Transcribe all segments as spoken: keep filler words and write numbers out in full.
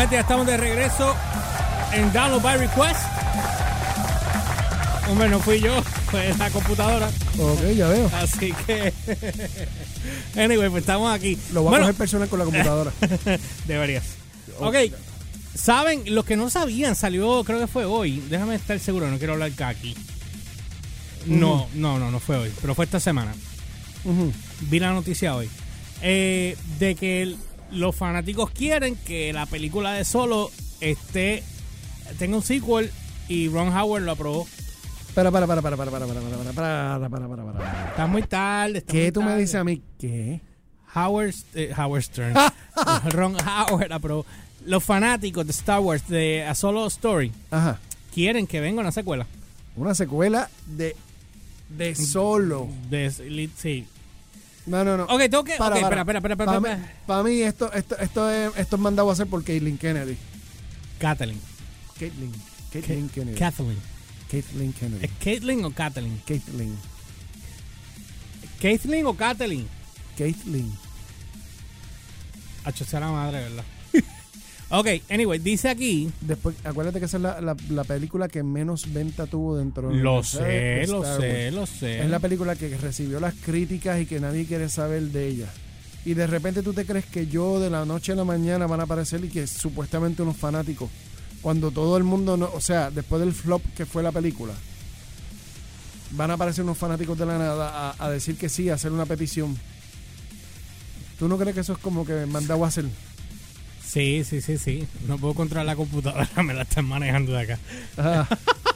gente, ya estamos de regreso en Download by Request. Hombre, no fui yo, fue la computadora. Ok, ya veo. Así que... Anyway, pues estamos aquí. Lo voy bueno, a coger personal con la computadora. Deberías. Ok, saben, los que no sabían, salió, creo que fue hoy. Déjame estar seguro, no quiero hablar aquí. No, uh-huh. no, no, no fue hoy, pero fue esta semana. Uh-huh. Vi la noticia hoy. Eh, de que el, los fanáticos quieren que la película de Solo esté tenga un sequel y Ron Howard lo aprobó. Para, para, para, para, para, para, para, para, para, para, para, para, para. Está muy tarde. Está ¿Qué muy tú tarde. me dices a mí? ¿Qué? Howard, eh, Howard Stern. Ron Howard aprobó. Los fanáticos de Star Wars, de A Solo Story, Ajá. quieren que venga una secuela. Una secuela de de Solo. De, sí. No, no, no. Ok, tengo que... Para, okay, para. espera, espera, espera. Para espera, mí, espera. para mí esto, esto, esto, es, esto es mandado a hacer por Caitlyn Kennedy. Kathleen. Caitlyn. Caitlyn Ka- Kennedy. Kathleen. Caitlyn Kennedy. ¿Es Caitlyn o Kathleen? Caitlyn. ¿Caitlyn o Kathleen? Caitlyn. Hacho, sea la madre, ¿verdad? Ok, anyway, dice aquí... Después, acuérdate que esa es la, la, la película que menos venta tuvo dentro de Lo la sé, serie lo Star sé, Wars. lo sé. Es la película que recibió las críticas y que nadie quiere saber de ella. Y de repente tú te crees que yo de la noche a la mañana van a aparecer y que supuestamente unos fanáticos, cuando todo el mundo, no, o sea, después del flop que fue la película, van a aparecer unos fanáticos de la nada a, a decir que sí, a hacer una petición. ¿Tú no crees que eso es como que mandado a hacer? Sí, sí, sí, sí. No puedo controlar la computadora, me la están manejando de acá. Ah.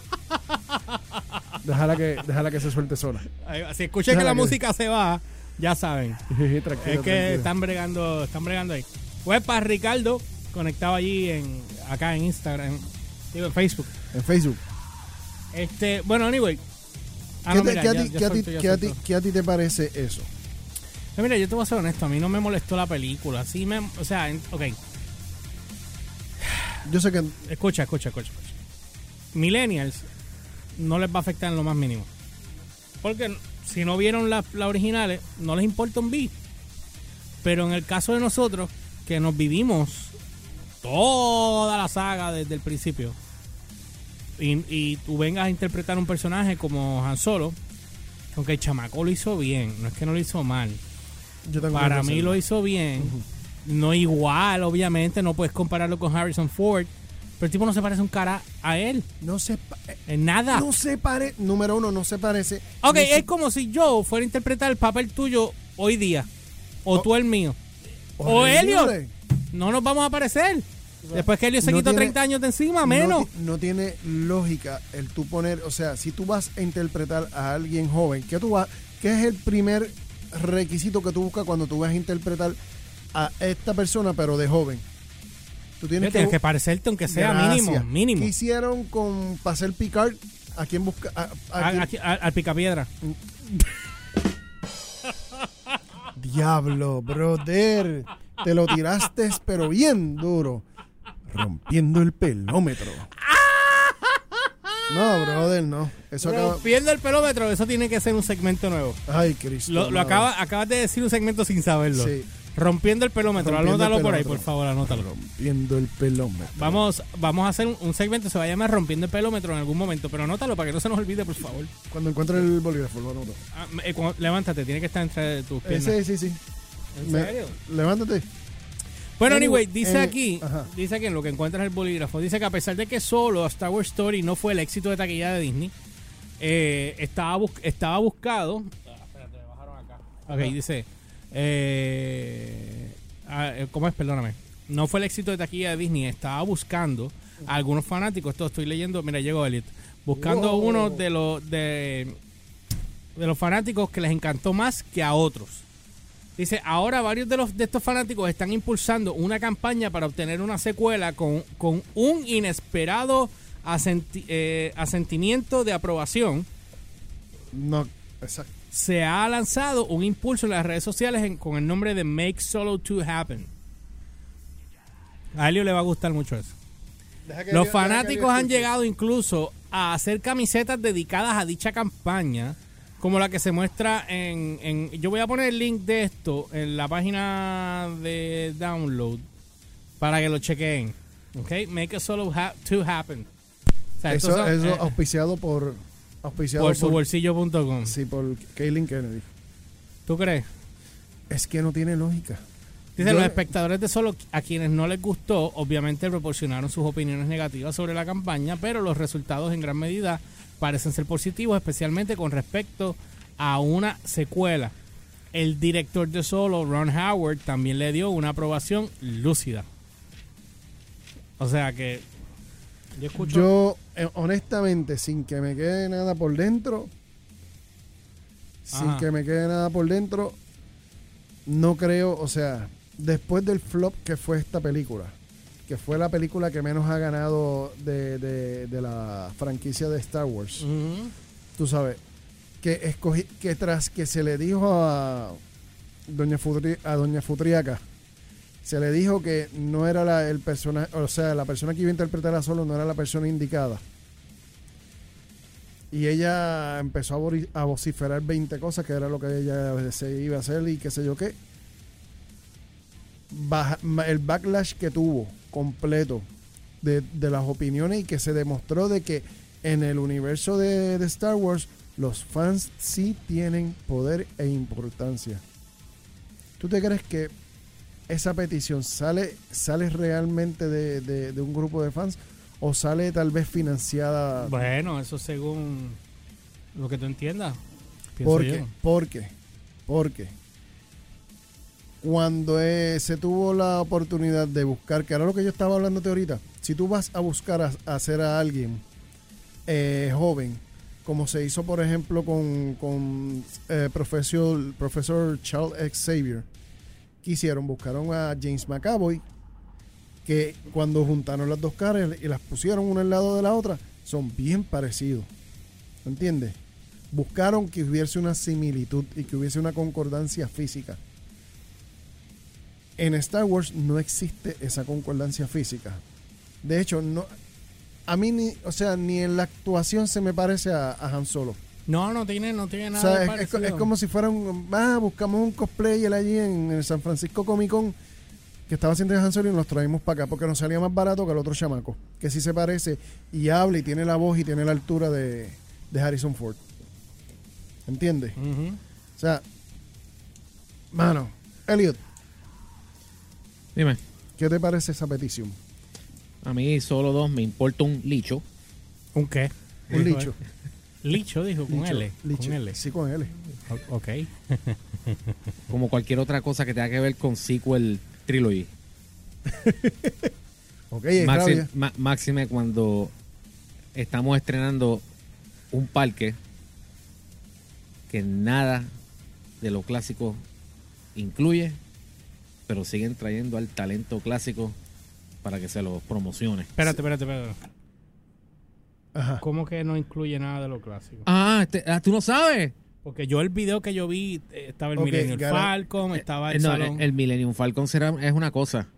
déjala, que, déjala que se suelte sola. Si escuché que la que... música se va, ya saben. tranquilo, es que tranquilo. están bregando, están bregando ahí. Fue para Ricardo, conectado allí en acá en Instagram, digo en Facebook. En Facebook. Este, bueno, anyway. Ah, ¿Qué, no, te, mira, ¿qué, a ya, ti, ya ¿qué, a ti, suelto, ¿qué, a ti, suelto. ¿Qué a ti te parece eso? Pero mira, yo te voy a ser honesto, a mí no me molestó la película. Sí me, o sea, en, ok. Yo sé que... Escucha, escucha, escucha, escucha. Millennials no les va a afectar en lo más mínimo. Porque si no vieron las la originales, no les importa un bi. Pero en el caso de nosotros, que nos vivimos toda la saga desde el principio, y, y tú vengas a interpretar un personaje como Han Solo, aunque el chamaco lo hizo bien, no es que no lo hizo mal. Yo tengo Para que mí lo hizo bien. Uh-huh. No igual, obviamente, no puedes compararlo con Harrison Ford, pero el tipo no se parece un cara a él. No se en nada. No se parece, número uno, no se parece. Ok, no es se... como si yo fuera a interpretar el papel tuyo hoy día, o oh, tú el mío, horrible. O Elliot. No nos vamos a parecer. Después que Elliot se no quitó tiene, treinta años de encima, menos. No, no tiene lógica el tú poner, o sea, si tú vas a interpretar a alguien joven, ¿qué tú vas, qué es el primer requisito que tú buscas cuando tú vas a interpretar a esta persona, pero de joven? Tú tienes, tienes que, que parecerte, aunque sea gracias. mínimo, mínimo. ¿Qué hicieron con Pascal Picard? ¿A quién busca? A, a, a, a, a, al Picapiedra. Diablo, brother. Te lo tiraste, pero bien duro. Rompiendo el pelómetro. No, brother, no. Eso acaba... Rompiendo el pelómetro, eso tiene que ser un segmento nuevo. Ay, Cristo. Lo, lo acaba, acabas de decir un segmento sin saberlo. Sí. Rompiendo el pelómetro. Rompiendo anótalo el pelómetro. Por ahí, por favor, anótalo. Rompiendo el pelómetro. Vamos, vamos a hacer un, un segmento, se va a llamar Rompiendo el pelómetro en algún momento, pero anótalo para que no se nos olvide, por favor. Cuando encuentre el bolígrafo, lo anoto. Ah, eh, cuando, levántate, tiene que estar entre tus piernas. Eh, sí, sí, sí. ¿En Me, serio? Levántate. Bueno, anyway, dice eh, aquí, ajá. dice que en lo que encuentras el bolígrafo, dice que a pesar de que solo a Star Wars Story no fue el éxito de taquilla de Disney, eh, estaba, bus estaba buscado. Ah, espérate, me bajaron acá. Ok, ajá. Dice, eh, ah, ¿cómo es? Perdóname. No fue el éxito de taquilla de Disney, estaba buscando a algunos fanáticos. Esto estoy leyendo, mira, llegó Elliot. Buscando wow. uno de los de, de los fanáticos que les encantó más que a otros. Dice, ahora varios de los de estos fanáticos están impulsando una campaña para obtener una secuela con, con un inesperado asenti, eh, asentimiento de aprobación. No, exacto. Se ha lanzado un impulso en las redes sociales en, con el nombre de Make Solo two Happen. A Elio le va a gustar mucho eso. Los Elio, fanáticos han llegado incluso a hacer camisetas dedicadas a dicha campaña, como la que se muestra en, en... Yo voy a poner el link de esto en la página de Download para que lo chequeen. Ok, make a solo ha to happen. O sea, Eso, son, eso eh, auspiciado por... Auspiciado por por, su bolsillo punto com. Sí, por Kaylin Kennedy. ¿Tú crees? Es que no tiene lógica. Dice, Yo- los espectadores de Solo, a quienes no les gustó, obviamente proporcionaron sus opiniones negativas sobre la campaña, pero los resultados en gran medida parecen ser positivos, especialmente con respecto a una secuela. El director de Solo, Ron Howard, también le dio una aprobación lúcida. O sea que yo escucho... Yo, eh, honestamente, sin que me quede nada por dentro, sin Ajá. que me quede nada por dentro, no creo, o sea, después del flop que fue esta película, que fue la película que menos ha ganado de, de, de la franquicia de Star Wars, Ujú. tú sabes, que escogí, que tras que se le dijo a Doña Futri- a Doña Futriaca, se le dijo que no era la, el personaje, o sea, la persona que iba a interpretar a Solo no era la persona indicada. Y ella empezó a, bori- a vociferar veinte cosas, que era lo que ella se iba a hacer y qué sé yo qué. Baja- ma- el backlash que tuvo completo de, de las opiniones y que se demostró de que en el universo de, de Star Wars los fans sí tienen poder e importancia. ¿Tú te crees que esa petición sale, sale realmente de, de- de un grupo de fans o sale tal vez financiada? Bueno, eso según lo que tú entiendas. pienso Porque, yo. porque, porque cuando eh, se tuvo la oportunidad de buscar, que era lo que yo estaba hablándote ahorita, si tú vas a buscar a, a hacer a alguien eh, joven, como se hizo por ejemplo con, con eh, profesor, profesor Charles Xavier, ¿qué hicieron? Buscaron a James McAvoy, que cuando juntaron las dos caras y las pusieron una al lado de la otra, son bien parecidos. ¿Entiendes? Buscaron que hubiese una similitud y que hubiese una concordancia física. En Star Wars no existe esa concordancia física. De hecho, no, a mí ni, o sea, ni en la actuación se me parece a, a Han Solo. No, no tiene, no tiene O nada sea, de es, es, parecido. es como si fuera un, ah, buscamos un cosplayer allí en el San Francisco Comic Con que estaba haciendo de Han Solo y nos traímos para acá porque nos salía más barato que el otro chamaco, que sí se parece y habla y tiene la voz y tiene la altura de, de Harrison Ford. ¿Entiendes? Ujú. O sea, mano, Elliot, Dime, ¿qué te parece esa petición? a mí solo dos me importa un licho. ¿Un qué? Un Dijo licho. él. Licho, dijo, con Licho, L. licho. Con L. Sí, con L. O- ok. Como cualquier otra cosa que tenga que ver con sequel trilogy. Ok, es Maxi- rabia. ma- máxime cuando estamos estrenando un parque que nada de lo clásico incluye, pero siguen trayendo al talento clásico para que se lo promocione. Espérate, espérate, espérate. Ajá. ¿Cómo que no incluye nada de lo clásico? Ah, este- ah, ¿tú no sabes? Porque yo el video que yo vi, eh, estaba el Ok, Millennium Gara- Falcon, estaba el Eh, no, salón. el, el Millennium Falcon será, es una cosa.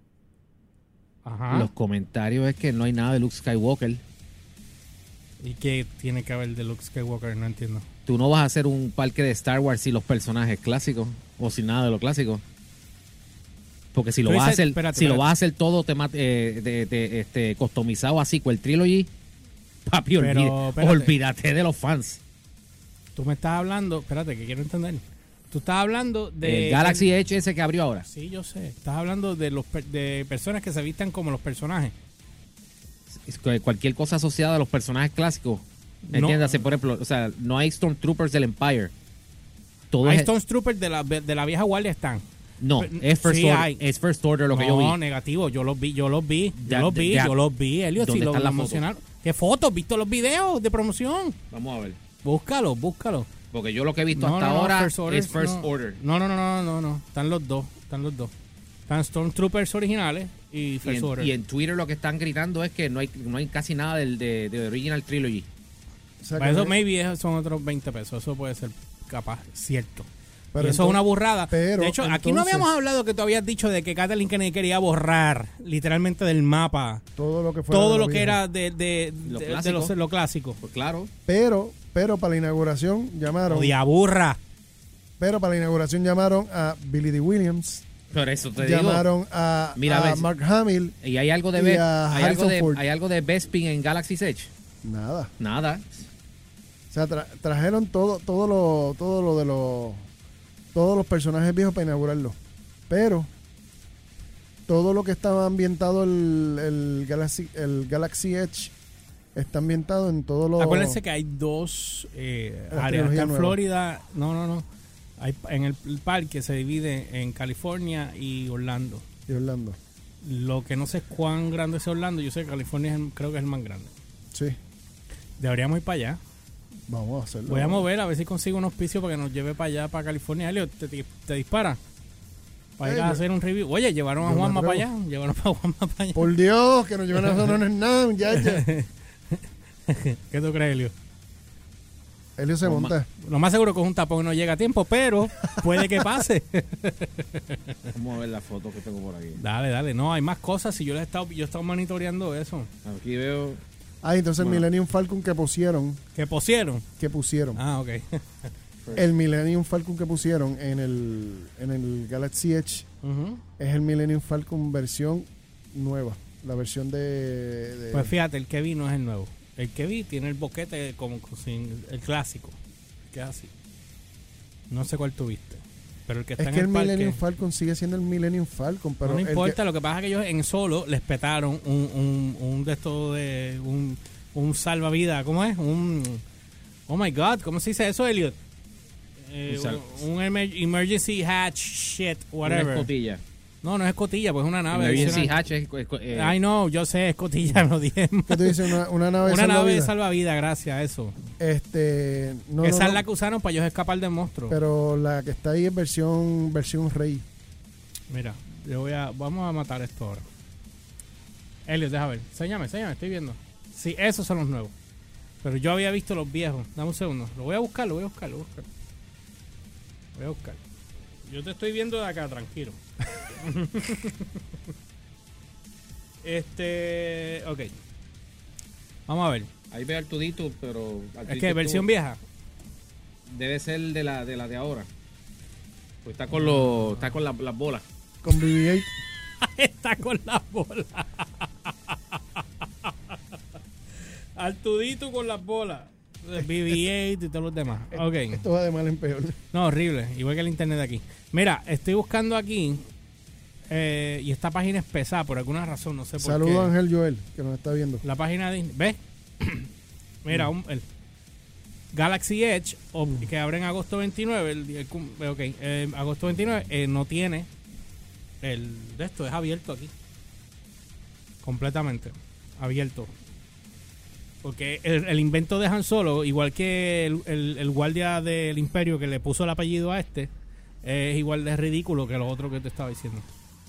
Ajá. Los comentarios es que no hay nada de Luke Skywalker. ¿Y qué tiene que ver de Luke Skywalker? No entiendo. Tú no vas a hacer un parque de Star Wars sin los personajes clásicos o sin nada de lo clásico. Porque si lo Tú vas a dices- hacer, espérate, si lo espérate. vas a hacer todo tema, eh, de, de- este, customizado así con el trilogy, papi, Pero, olví- espérate. olvídate de los fans. Tú me estás hablando, espérate, que quiero entender. Tú estás hablando de... el Galaxy Edge ese que abrió ahora. Sí, yo sé. Estás hablando de los per- de personas que se vistan como los personajes. Es que cualquier cosa asociada a los personajes clásicos. No. Entiéndase, por ejemplo, o sea, no hay Stormtroopers del Empire. Todo Hay es, Stormtroopers de la, de la vieja guardia están. no, Pero- es First, sí Order, hay. es First Order lo que yo No, vi. negativo. Yo los vi, yo los vi. Yo Ya, los vi, ya. yo los vi, Elliot. Si ¿Dónde lo están las promocionaron. ¿Qué fotos? ¿Visto los videos de promoción? Vamos a ver. Búscalo, búscalo. Porque yo lo que he visto No, hasta no, no, ahora First Order, es First no. Order. No, no, no, no, no, no. Están los dos. Están los dos. Están Stormtroopers originales y Y First en, Order. y en Twitter lo que están gritando es que no hay, no hay casi nada del, de, de Original Trilogy. O sea, Para que eso, no- maybe esos son otros veinte pesos. Eso puede ser capaz, cierto. pero Y eso entonces- es una burrada. pero de hecho, aquí no entonces- habíamos hablado que tú habías dicho de que Kathleen Kennedy quería borrar literalmente del mapa todo lo que fuera todo de lo viejo. que era de, de, Lo de- de clásico. los- lo clásico. Pues claro. Pero, pero para la inauguración llamaron, Odia burra. pero para la inauguración llamaron a Billy D. Williams, Por eso te digo. llamaron a, Mira, a ves. Mark Hamill. ¿Y hay algo de y Be- a hay algo Harrison de, Ford. hay algo de Bespin en Galaxy's Edge? Nada. Nada. O sea, tra- trajeron todo, todo lo, todo lo de los, todos los personajes viejos para inaugurarlo. Pero todo lo que estaba ambientado el, el Galaxy, el Galaxy Edge está ambientado en todos los. Acuérdense que hay dos eh, La áreas. trilogía Está en nueva. Florida. No, no, no. Hay, en el, el parque se divide en California y Orlando. de Orlando. Lo que no sé es cuán grande es Orlando. Yo sé que California es el- creo que es el más grande. Sí, Deberíamos ir para allá. vamos a hacerlo. Voy a mover a ver si consigo un auspicio para que nos lleve para allá, para California. Elliot, te, te, te dispara. Para ir Eh, a yo- hacer un review. Oye, llevaron a yo me Juanma para atrevo. allá. Llevaron a Juanma para allá. Por Dios, que nos lleven a nosotros no es nada, muchacha. ¿Qué tú crees, Elio? Elio se Vamos monta. Lo más seguro que es un tapón y no llega a tiempo, pero puede que pase. Vamos a ver la foto que tengo por aquí. Dale, dale. No, hay más cosas. Si yo le he estado, yo he estado monitoreando eso. Aquí veo. Ah, entonces el Bueno. Millennium Falcon que pusieron, ¿Qué pusieron? que pusieron. Ah, ok. El Millennium Falcon que pusieron en el, en el Galaxy Edge Ujú. es el Millennium Falcon versión nueva. La versión de... de- Pues fíjate, el que vi no es el nuevo. El que vi tiene el boquete como sin el clásico. Que es así. No sé cuál tuviste. Pero el que está es en que el, el parque, Millennium Falcon sigue siendo el Millennium Falcon, pero no el importa. que- Lo que pasa es que ellos en solo les petaron un, un, un de estos de... Un, un salvavidas. ¿Cómo es? Un... Oh my God. ¿Cómo se dice eso, Elliot? Eh, Un sal- un un emer- emergency hatch shit, Una whatever. escotilla. No, no es escotilla, pues es una nave. Emergency adicional. hatch es, es- eh, Ay, no, yo sé, escotilla, lo dije mal. ¿qué tú dices? Una, una nave Una nave de salvavidas. salvavidas, gracias a eso. Este, no, no, Esa no, es la que usaron para ellos escapar del monstruo. pero la que está ahí es versión versión Rey. Mira, yo voy a, vamos a matar esto ahora. Elliot, deja ver. Enséñame, enséñame, estoy viendo. Sí, esos son los nuevos. Pero yo había visto los viejos. Dame un segundo. Lo voy a buscar, lo voy a buscar, lo voy a buscar. Lo voy a buscar. Yo te estoy viendo de acá, tranquilo. este, ok. Vamos a ver. ahí veo Artudito, pero. Es Artudito que versión estuvo- vieja. Debe ser de la de la de ahora. Pues está con los. Está con la- las bolas. Con B B ocho. Está con las bolas. Artudito con las bolas. B B ocho y todos los demás. Ok. Esto va de mal en peor. No, horrible. Igual que el internet de aquí. Mira, estoy buscando aquí. eh, y esta página es pesada por alguna razón. No sé por Saludos qué. a Ángel Joel, que nos está viendo. La página de... ¿Ves? Mira, un- el Galaxy Edge, o- que abre en agosto veintinueve. El, el cum- ok, eh, agosto veintinueve eh, no tiene el de esto, es abierto aquí. Completamente. Abierto. Porque el, el invento de Han Solo, igual que el, el- el guardia del Imperio que le puso el apellido a este, es igual de ridículo que los otros que te estaba diciendo.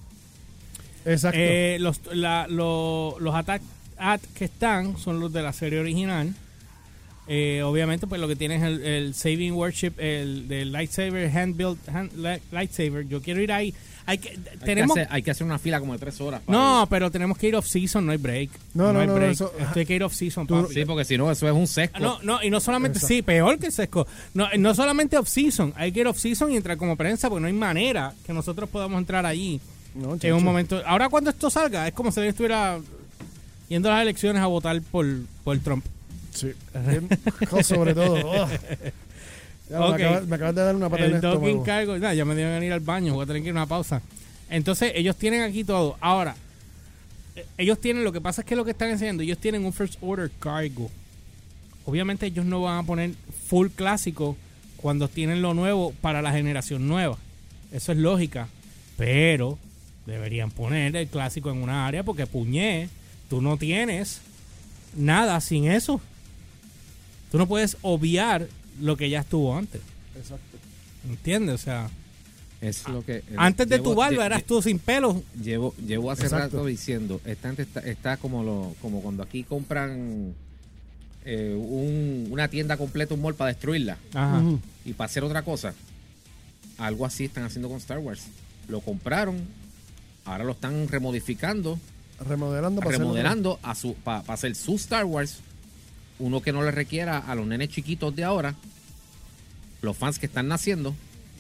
Exacto. Eh, los la- lo- los attack at que están son los de la serie original. Eh, obviamente, pues lo que tiene es el, el Saving Worship, el del lightsaber, hand built hand, li- lightsaber. Yo quiero ir ahí. Hay que, Hay, tenemos, que hacer, hay que hacer una fila como de tres horas. para no, pero tenemos que ir off season, no hay break. No, no, hay no, break. eso- Esto hay que ir off season, Tú- papi. ir. Sí, porque si no, eso es un sesco. No, no, y no solamente, Eso. sí, peor que el sesco. No, no solamente off season, hay que ir off season y entrar como prensa, porque no hay manera que nosotros podamos entrar allí. No, En chacho. un momento. Ahora cuando esto salga, es como si él estuviera yendo a las elecciones a votar por, por Trump. Sí. Bien, sobre todo. Oh. Ya, Ok. me, acabas, me acabas de dar una pata en El el docking estómago. cargo, nah, ya me deben ir al baño, voy a tener que ir a una pausa. Entonces, ellos tienen aquí todo. Ahora, eh, ellos tienen, lo que pasa es que lo que están enseñando, ellos tienen un first order cargo. Obviamente ellos no van a poner full clásico cuando tienen lo nuevo para la generación nueva. Eso es lógica. Pero deberían poner el clásico en una área porque puñé, tú no tienes nada sin eso. Tú no puedes obviar lo que ya estuvo antes. Exacto. ¿Entiendes? O sea, Es lo que. antes de llevo- tu barba lle- eras tú sin pelo. Llevo, llevo hace Exacto. rato diciendo, esta gente está, está como lo, como cuando aquí compran eh, un- una tienda completa, un mall para destruirla Ajá. Ujú. y para hacer otra cosa. Algo así están haciendo con Star Wars. Lo compraron, ahora lo están remodificando, Remodelando para hacerlo remodelando a su para hacer su Star Wars, uno que no le requiera a los nenes chiquitos de ahora, los fans que están naciendo.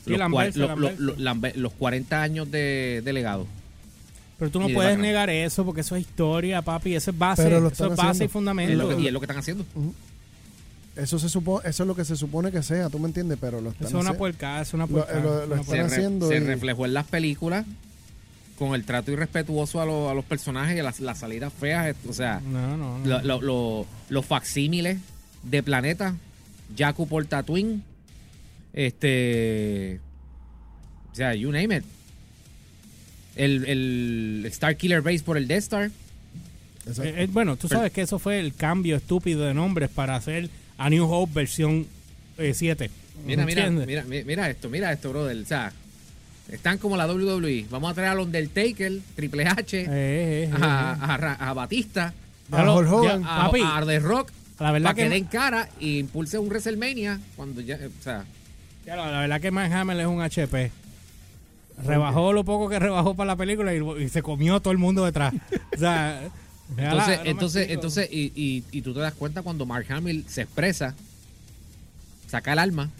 Sí, los, Lambert, cua- lo- Lambert. lo- lo- Lambert- los cuarenta años de, de legado. Pero tú no Y de puedes background. negar eso porque eso es historia, papi. Eso es base, Pero lo eso están es base y haciendo. Es fundamento. lo que- y es lo que están haciendo. Eso se supo, eso es lo que se supone que sea, ¿tú me entiendes? Pero lo están Eso es una haciendo. puerca, es una Lo- puerca. lo- lo una están Se, puerca. re- haciendo se y- reflejó en las películas con el trato irrespetuoso a, los- a los personajes y a las, las salidas feas. O sea, No, no, no. lo- lo- lo- los facsímiles de Planeta, Jakku por Tatooine, este, o sea, you name it. El, el Star Killer Base por el Death Star. Exacto. Eh, eh, bueno, tú sabes que eso fue el cambio estúpido de nombres para hacer a New Hope versión eh, siete. Mira, ¿Me mira, entiendes? mira, mi- mira esto, mira esto, brother. O sea, están como la W W E. Vamos a traer al Undertaker, Triple H, Eh, eh, eh, a, eh. a Ra- a Batista, A lo- Hulk Hogan. ya, a, papi, a The Rock, la verdad para que, que, den cara y impulse un WrestleMania cuando ya, o sea, ya, la, la verdad que Mark Hamill es un H P. Rebajó lo poco que rebajó para la película y, y se comió todo el mundo detrás. O sea, ya la- entonces, no me entonces, explico. entonces, y, y, y tú te das cuenta cuando Mark Hamill se expresa, saca el alma,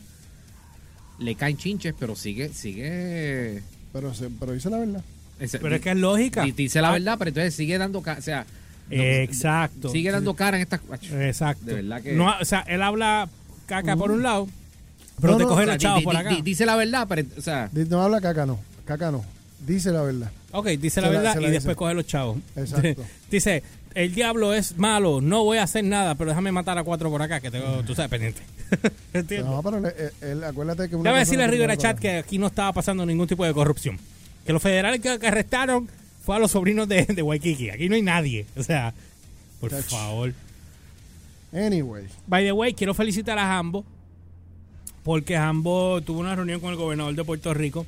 le caen chinches, pero sigue, sigue. Pero, se, pero dice la verdad. ese- Pero es que es lógica. di- dice la Ah, verdad, pero entonces sigue dando, ca- o sea, no, Exacto. sigue dando cara en estas. Exacto. De verdad que- No, o sea, él habla caca por un lado, pero No, te no, coge O sea, los chavos di- por di- acá. di- dice la verdad, pero, o sea, Di- No habla caca, no. Caca no. Dice la verdad. Ok, dice Se la la- verdad se y la después dice. coge los chavos. Exacto. Dice, el diablo es malo, no voy a hacer nada, pero déjame matar a cuatro por acá, que tengo, tú sabes, pendiente. ¿Entiendes? No, pero él, él- acuérdate que una Déjame cosa decirle a no Rivera tiene Chat que aquí no estaba pasando ningún tipo de corrupción. Que los federales que, que arrestaron fue a los sobrinos de, de Waikiki. Aquí no hay nadie. O sea, por Chach. favor. Anyway. By the way, quiero felicitar a Jambo porque Jambo tuvo una reunión con el gobernador de Puerto Rico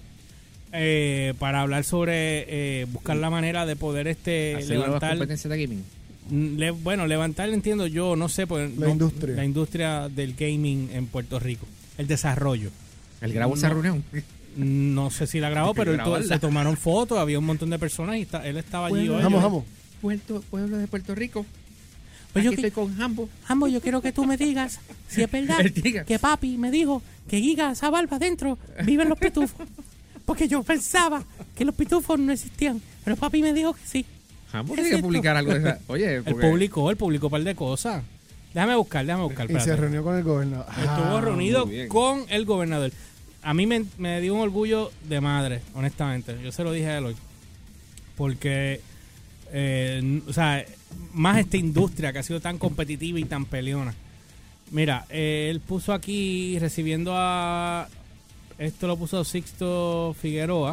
eh, para hablar sobre eh, buscar la manera de poder este hacer nuevas levantar competencias de gaming. Mm, le- bueno, levantar, entiendo yo, no sé, pues, La no- industria. la industria del gaming en Puerto Rico, el desarrollo. Él grabó esa No. reunión. No sé si la grabó, Hay que pero él to- grabarla. se tomaron fotos, había un montón de personas y está- él estaba allí Bueno, hoy. Vamos, Yo- vamos. Puerto, pueblo de Puerto Rico. Pues yo Aquí que- estoy con Jambo. Jambo, yo quiero que tú me digas si es verdad Él diga. que papi me dijo que Giga esa barba adentro viven los pitufos. Porque yo pensaba que los pitufos no existían, pero papi me dijo que sí. Jambo ¿Es tiene que cierto? publicar algo de esa. Oye, Él porque- publicó, él publicó un par de cosas. Déjame buscar, déjame buscar. Y se espérate. reunió con el gobernador. Estuvo Ah, reunido muy bien. con el gobernador. A mí me, me dio un orgullo de madre, honestamente. Yo se lo dije a él hoy. Porque, eh, n- o sea, más esta industria que ha sido tan competitiva y tan peleona. Mira, eh, él puso aquí recibiendo a... Esto lo puso Sixto Figueroa.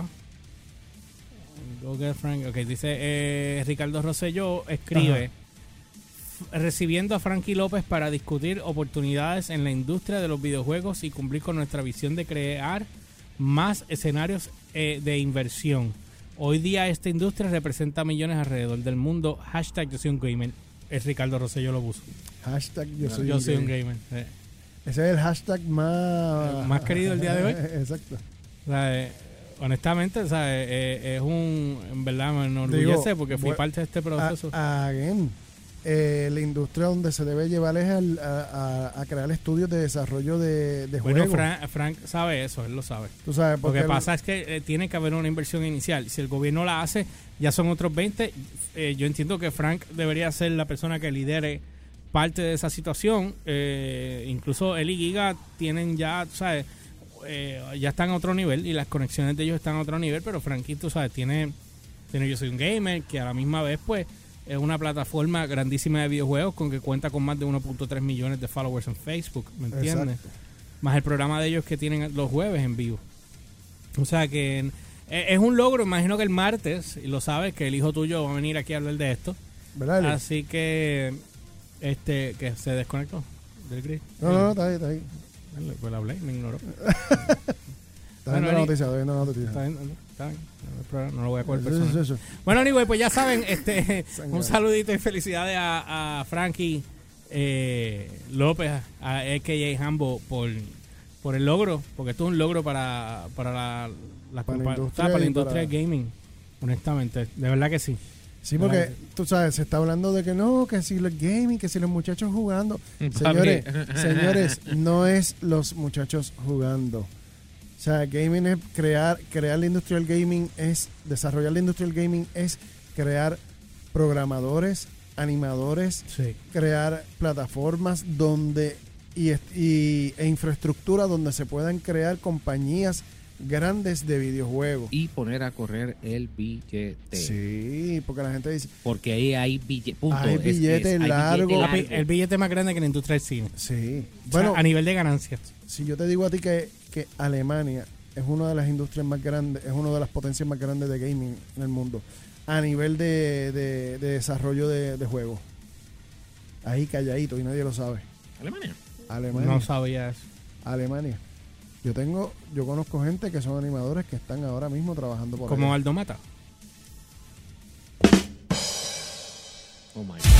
Go get Frank. Ok, dice eh, Ricardo Rosselló escribe... Ajá. Recibiendo a Frankie López para discutir oportunidades en la industria de los videojuegos y cumplir con nuestra visión de crear más escenarios eh, de inversión. Hoy día esta industria representa millones alrededor del mundo. Hashtag yo soy un gamer. Es Ricardo Rosselló lo puso. Hashtag yo soy, Yo un soy un gay. gamer. eh. Ese es el hashtag más... Más querido el día de hoy. Exacto. O sea, eh, honestamente, o sea, eh, eh, es un... En verdad me enorgullece Digo, porque fui bu- parte de este proceso. A- again, eh, la industria donde se debe llevar es al- a, a- a crear estudios de desarrollo de, de bueno, juegos. Frank, Frank sabe eso, él lo sabe. Tú sabes, Lo porque que pasa es que eh, tiene que haber una inversión inicial. Si el gobierno la hace, ya son otros veinte. Eh, yo entiendo que Frank debería ser la persona que lidere parte de esa situación. Eh, incluso él y Giga tienen ya, tú sabes, eh, ya están a otro nivel y las conexiones de ellos están a otro nivel, pero Frankie, tú sabes, tiene, tiene Yo Soy un Gamer, que a la misma vez, pues, es una plataforma grandísima de videojuegos con que cuenta con más de uno punto tres millones de followers en Facebook, ¿me entiendes? Exacto. Más el programa de ellos que tienen los jueves en vivo. O sea que eh, es un logro. Imagino que el martes, y lo sabes, que el hijo tuyo va a venir aquí a hablar de esto. ¿Verdad, Eli? Así que, este, que se desconectó del grid. No, no, no, está ahí, está ahí. Pues le hablé, me ignoró. Está Bueno, viendo la Eli, noticia, está viendo la noticia. Está bien, ¿no? Está bien. No hay problema, no lo voy a coger Eso, personal. eso, eso. Bueno, anyway, pues ya saben, este, Sangrado. un saludito y felicidades a, a Frankie eh, López, a A K A Hambo, por, por el logro, porque esto es un logro para, para la, la, Para la compa- industria para la y industria para- del gaming, honestamente, de verdad que sí. Sí, porque tú sabes, se está hablando de que no, que si los gaming, que si los muchachos jugando. Señores, señores, no es los muchachos jugando. O sea, gaming es crear, crear la industria del gaming es, desarrollar la industria del gaming es crear programadores, animadores, Sí. crear plataformas donde y, y, e infraestructura donde se puedan crear compañías grandes de videojuegos. Y poner a correr el billete. Sí, porque la gente dice, Porque ahí hay billete. Punto. Hay Es- billete es- hay largo. billete Papi, el billete más grande que la industria del cine. sí. O sea, Bueno, a nivel de ganancias. si yo te digo a ti que, que Alemania es una de las industrias más grandes, es una de las potencias más grandes de gaming en el mundo, a nivel de, de- de desarrollo de, de juegos. Ahí calladito y nadie lo sabe. Alemania. Alemania. No sabía eso. Alemania. Yo tengo, yo conozco gente que son animadores que están ahora mismo trabajando por Como allá. Aldo Mata. Oh my God.